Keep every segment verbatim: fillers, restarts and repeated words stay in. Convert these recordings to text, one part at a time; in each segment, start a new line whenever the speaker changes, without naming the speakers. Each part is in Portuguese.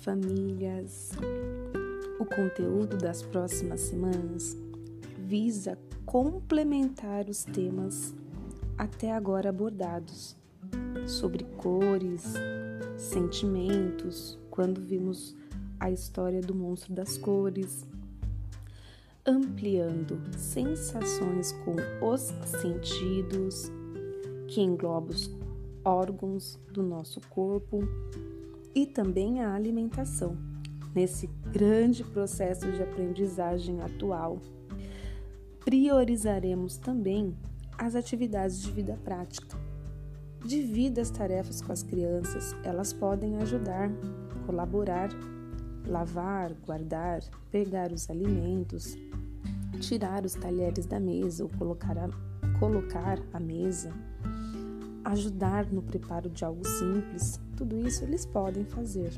famílias! O conteúdo das próximas semanas visa complementar os temas até agora abordados sobre cores, sentimentos, quando vimos a história do monstro das cores, ampliando sensações com os sentidos, que engloba os órgãos do nosso corpo, e também a alimentação, nesse grande processo de aprendizagem atual. Priorizaremos também as atividades de vida prática. Divida as tarefas com as crianças, elas podem ajudar, colaborar, lavar, guardar, pegar os alimentos, tirar os talheres da mesa ou colocar a, colocar a mesa, ajudar no preparo de algo simples, tudo isso eles podem fazer.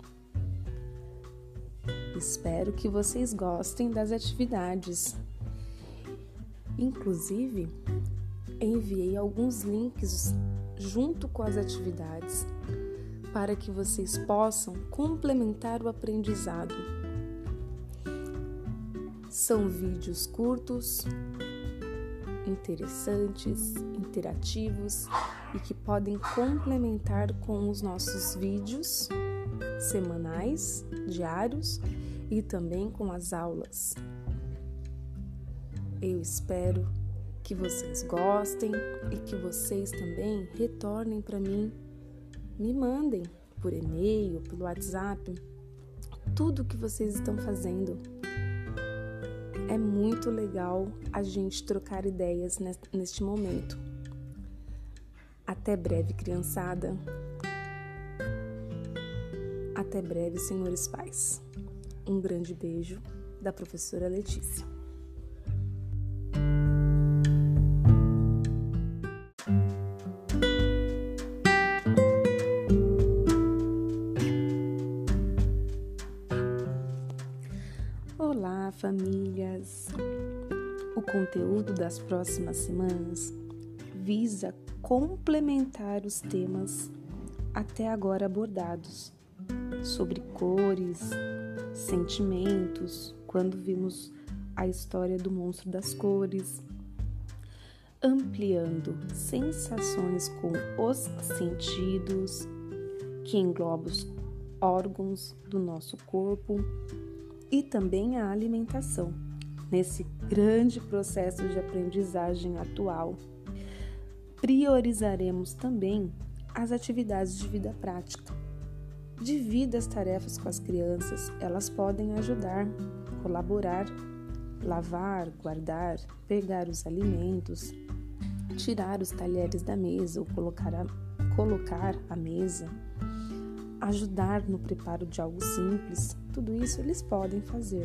Espero que vocês gostem das atividades. Inclusive, enviei alguns links junto com as atividades para que vocês possam complementar o aprendizado. São vídeos curtos, interessantes, interativos e que podem complementar com os nossos vídeos semanais, diários e também com as aulas. Eu espero que vocês gostem e que vocês também retornem para mim, me mandem por e-mail, pelo WhatsApp, tudo o que vocês estão fazendo. É muito legal a gente trocar ideias neste momento. Até breve, criançada. Até breve, senhores pais. Um grande beijo da professora Letícia. Olá, famílias! O conteúdo das próximas semanas visa complementar os temas até agora abordados sobre cores, sentimentos, quando vimos a história do monstro das cores, ampliando sensações com os sentidos, que engloba os órgãos do nosso corpo, e também a alimentação, nesse grande processo de aprendizagem atual. Priorizaremos também as atividades de vida prática. Divida as tarefas com as crianças, elas podem ajudar, colaborar, lavar, guardar, pegar os alimentos, tirar os talheres da mesa ou colocar a, colocar a mesa, ajudar no preparo de algo simples, tudo isso eles podem fazer.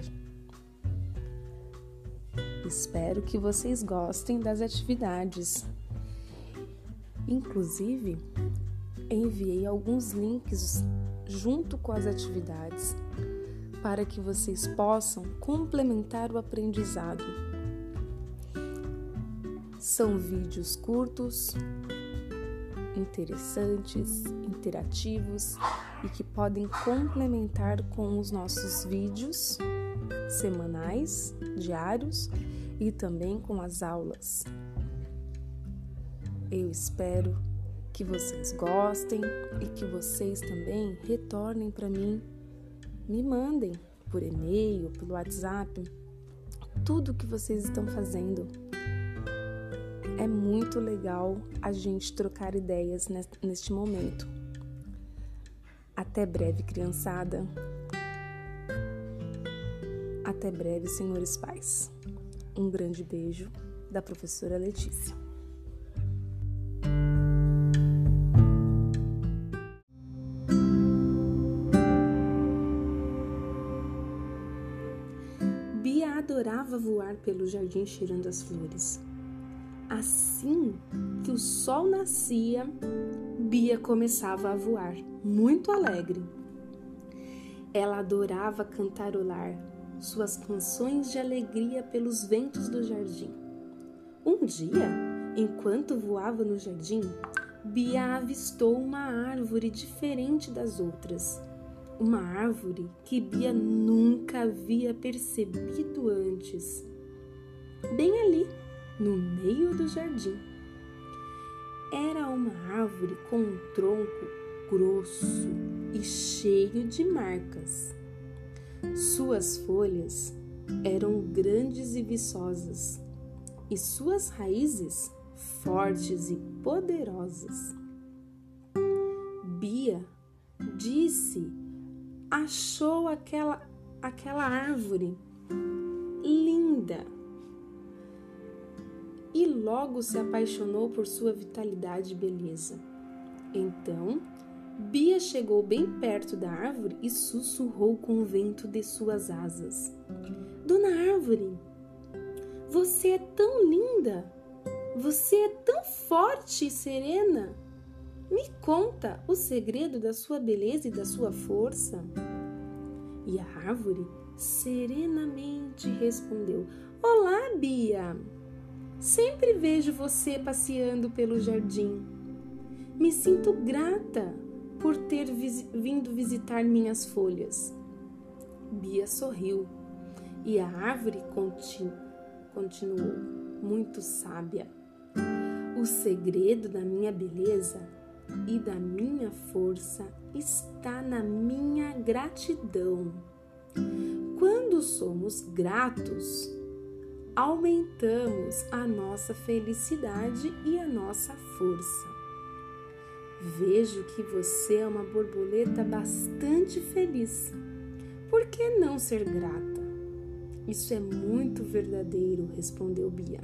Espero que vocês gostem das atividades. Inclusive, enviei alguns links junto com as atividades para que vocês possam complementar o aprendizado. São vídeos curtos, interessantes, interativos e que podem complementar com os nossos vídeos semanais, diários e também com as aulas. Eu espero que vocês gostem e que vocês também retornem para mim, me mandem por e-mail, pelo WhatsApp, tudo o que vocês estão fazendo. É muito legal a gente trocar ideias neste momento. Até breve, criançada. Até breve, senhores pais. Um grande beijo da professora Letícia. Bia adorava voar pelo jardim cheirando as flores. Assim que o sol nascia, Bia começava a voar, muito alegre. Ela adorava cantarolar suas canções de alegria pelos ventos do jardim. Um dia, enquanto voava no jardim, Bia avistou uma árvore diferente das outras. uma árvore que Bia nunca havia percebido antes, bem ali, no meio do jardim. Era uma árvore com um tronco grosso e cheio de marcas. Suas folhas eram grandes e viçosas, e suas raízes fortes e poderosas. Bia disse, achou aquela, aquela árvore linda e logo se apaixonou por sua vitalidade e beleza. Então, Bia chegou bem perto da árvore e sussurrou com o vento de suas asas: Dona Árvore, você é tão linda, você é tão forte e serena. Me conta o segredo da sua beleza e da sua força. E a árvore serenamente respondeu: Olá, Bia! Sempre vejo você passeando pelo jardim. Me sinto grata por ter vis- vindo visitar minhas folhas. Bia sorriu e a árvore continu- continuou, muito sábia. O segredo da minha beleza e da minha força está na minha gratidão. Quando somos gratos, aumentamos a nossa felicidade e a nossa força. Vejo que você é uma borboleta bastante feliz. Por que não ser grata? Isso é muito verdadeiro, respondeu Bia.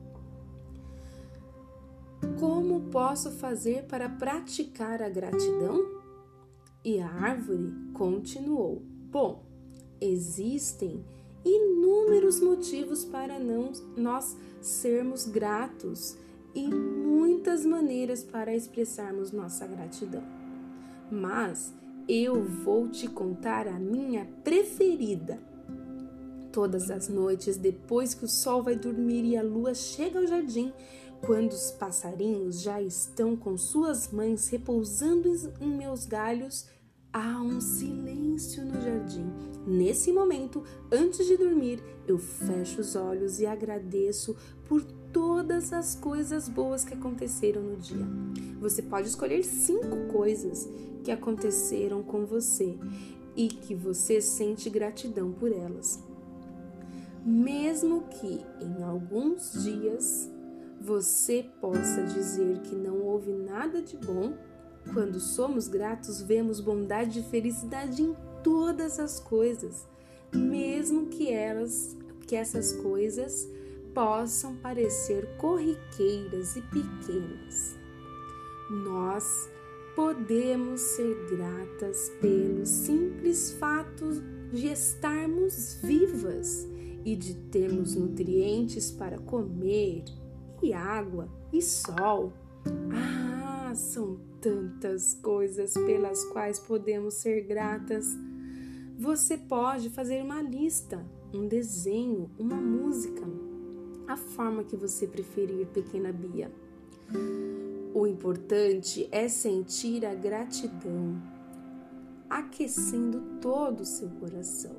Como posso fazer para praticar a gratidão? E a árvore continuou: Bom, existem inúmeros motivos para não nós sermos gratos e muitas maneiras para expressarmos nossa gratidão. Mas eu vou te contar a minha preferida. Todas as noites, depois que o sol vai dormir e a lua chega ao jardim, quando os passarinhos já estão com suas mães repousando em meus galhos, há um silêncio no jardim. Nesse momento, antes de dormir, eu fecho os olhos e agradeço por todas as coisas boas que aconteceram no dia. Você pode escolher cinco coisas que aconteceram com você e que você sente gratidão por elas. Mesmo que em alguns dias você possa dizer que não houve nada de bom, quando somos gratos, vemos bondade e felicidade em todas as coisas, mesmo que elas, que essas coisas possam parecer corriqueiras e pequenas. Nós podemos ser gratas pelo simples fato de estarmos vivas e de termos nutrientes para comer, e água e sol. Ah, são tantas coisas pelas quais podemos ser gratas. Você pode fazer uma lista, um desenho, uma música, a forma que você preferir, pequena Bia. O importante é sentir a gratidão, aquecendo todo o seu coração.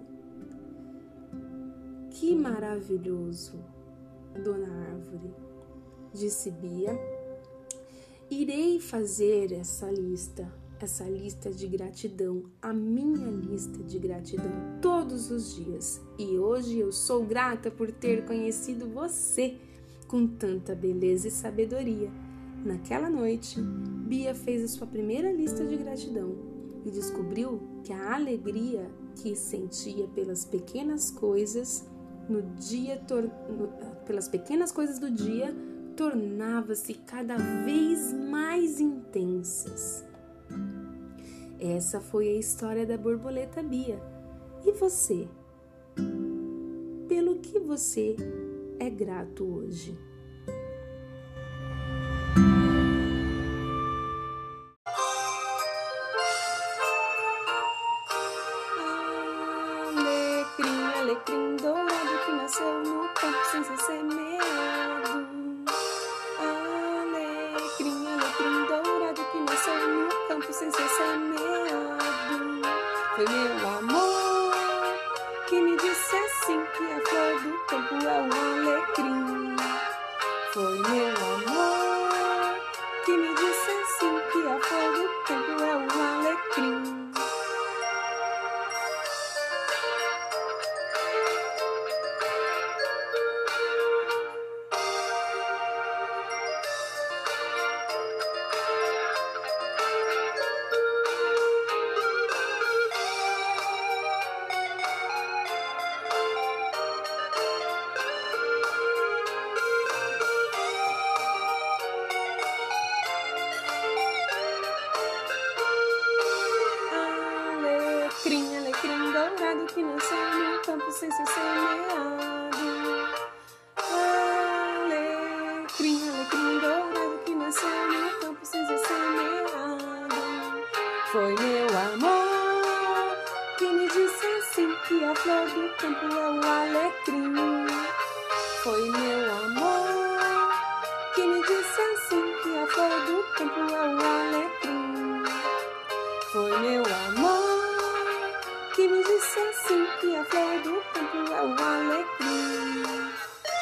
Que maravilhoso, Dona Árvore, disse Bia. Irei fazer essa lista, essa lista de gratidão, a minha lista de gratidão todos os dias. E hoje eu sou grata por ter conhecido você com tanta beleza e sabedoria. Naquela noite, Bia fez a sua primeira lista de gratidão e descobriu que a alegria que sentia pelas pequenas coisas no dia, tor- no, pelas pequenas coisas do dia, tornava-se cada vez mais intensas. Essa foi a história da borboleta Bia. E você? Pelo que você é grato hoje? Alecrim, alecrim dourado que nasceu no campo sem ser semeado. Alecrim, alecrim dourado que nasceu no campo sem ser semeado. Foi Foi meu amor que me disse assim que a flor do tempo é um alecrim. Alecrim, alecrim dourado que nasceu no campo sem ser semeado. Alecrim, alecrim dourado que nasceu no campo sem ser semeado. Foi meu amor que me disse assim que a flor do campo é o alecrim. Foi meu amor que me disse assim que a flor do campo é o alecrim. Foi meu amor que me disse assim que a flor do campo é o alecrim.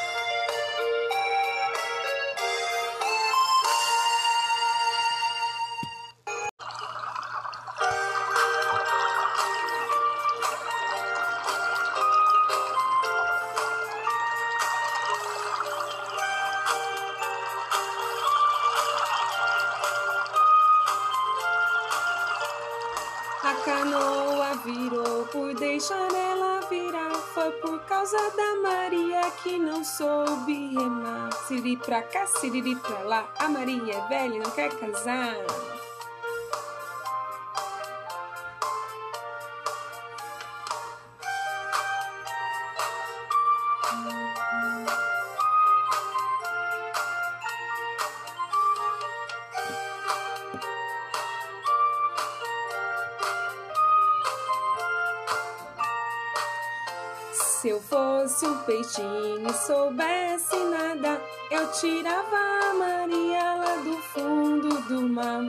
A canoa virou por deixar ela virar. Foi por causa da Maria que não soube remar. Siriri pra cá, siriri pra lá. A Maria é velha e não quer casar. Se eu fosse um peixinho e soubesse nadar, eu tirava a Maria lá do fundo do mar.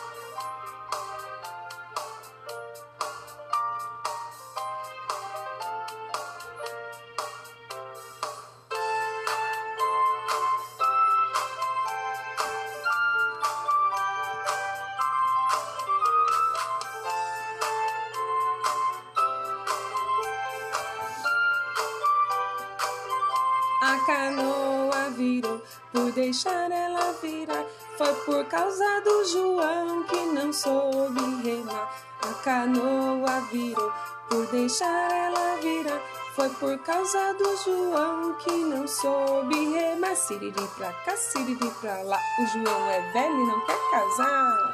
A canoa virou por deixar ela virar. Foi por causa do João que não soube remar. A canoa virou por deixar ela virar. Foi por causa do João que não soube remar. Siriri pra cá, siriri pra lá. O João é velho e não quer casar.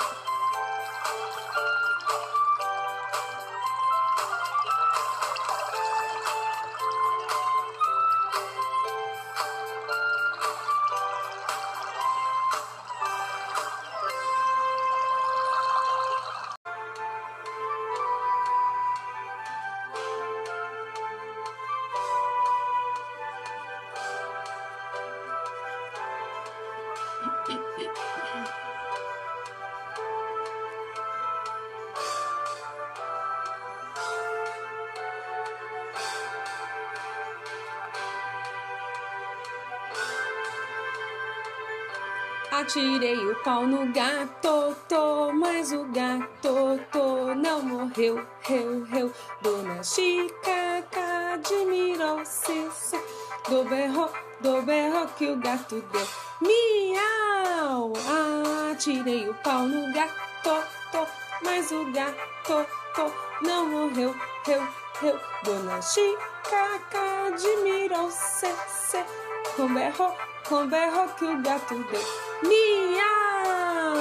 Atirei o pau no gato, tô, mas o gato, tô, não morreu, reu, reu. Dona Chica admirou-se, do berro, do berro que o gato deu. Miau! Atirei o pau no gato, tô, mas o gato, tô, não morreu, reu, reu. Dona Chica admirou-se, com berro, com berro que o gato deu. Miau!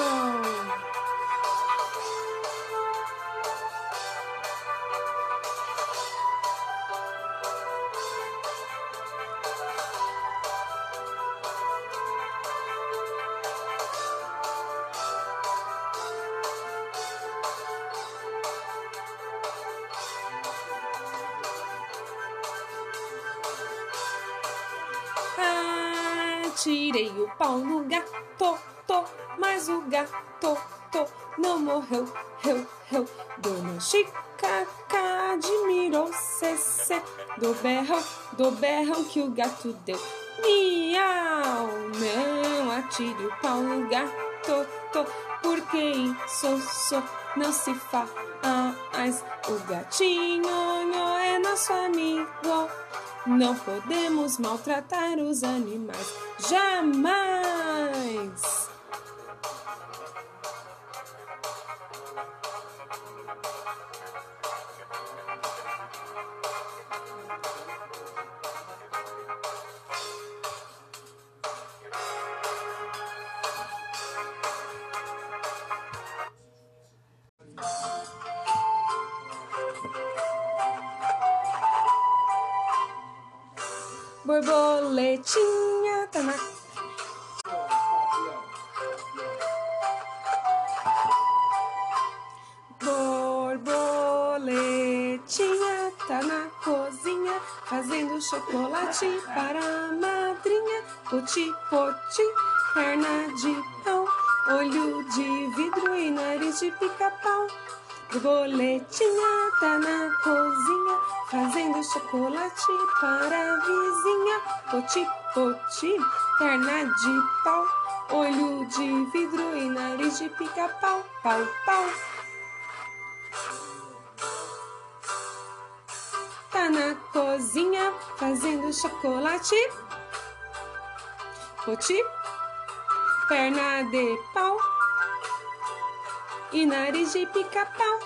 Tirei o pau no gato, tô, mas o gato, tô, não morreu, reu, reu. Dona Chica admirou-se, do berrão, do berrão que o gato deu. Miau! Não atire o pau no gato, porque isso só não se faz. O gatinho não é nosso amigo. Não podemos maltratar os animais. Jamais! Borboletinha tá na... Borboletinha tá na cozinha, fazendo chocolate para a madrinha. Poti, poti, perna de pau, olho de vidro e nariz de pica-pau. Borboletinha tá na cozinha, fazendo chocolate para a vizinha. Poti, poti, perna de pau, olho de vidro e nariz de pica-pau. Pau, pau. Tá na cozinha, fazendo chocolate. Poti, perna de pau e nariz de pica-pau.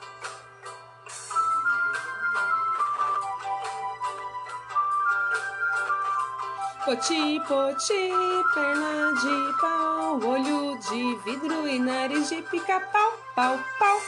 Poti, poti, perna de pau, olho de vidro e nariz de pica-pau. Pau, pau.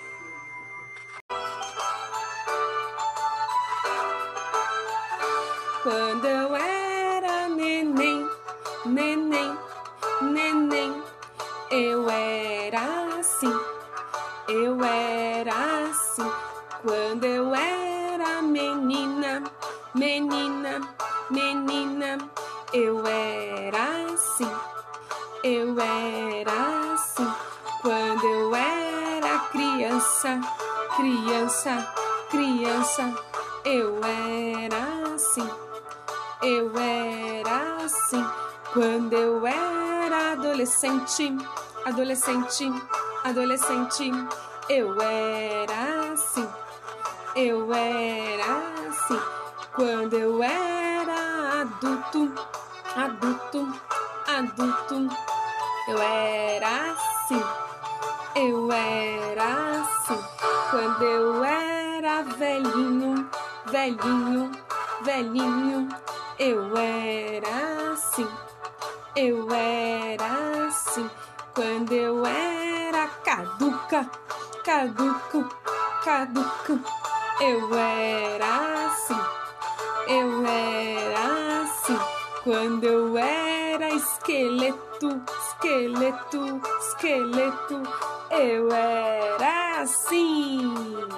Quando eu era neném, neném, neném, eu era assim, eu era assim. Quando eu era menina, menina, menina, eu era assim, eu era assim. Quando eu era criança, criança, criança, eu era assim, eu era assim. Quando eu era adolescente, adolescente, adolescente, eu era assim, eu era assim. Quando eu era adulto, adulto, adulto, eu era assim, eu era assim. Quando eu era velhinho, velhinho, velhinho, eu era assim, eu era assim. Quando eu era caduca, caduco, caduco, eu era assim, eu era assim. Quando eu era esqueleto, esqueleto, esqueleto, eu era assim.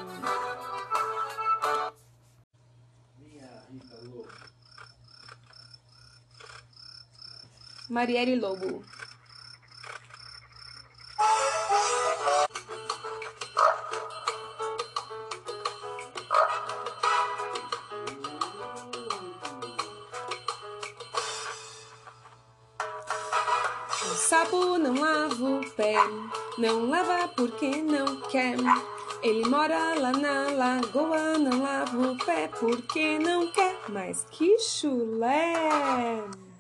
Marielle Lobo. O sapo não lava o pé, não lava porque não quer. Ele mora lá na lagoa, não lava o pé porque não quer. Mas que chulé!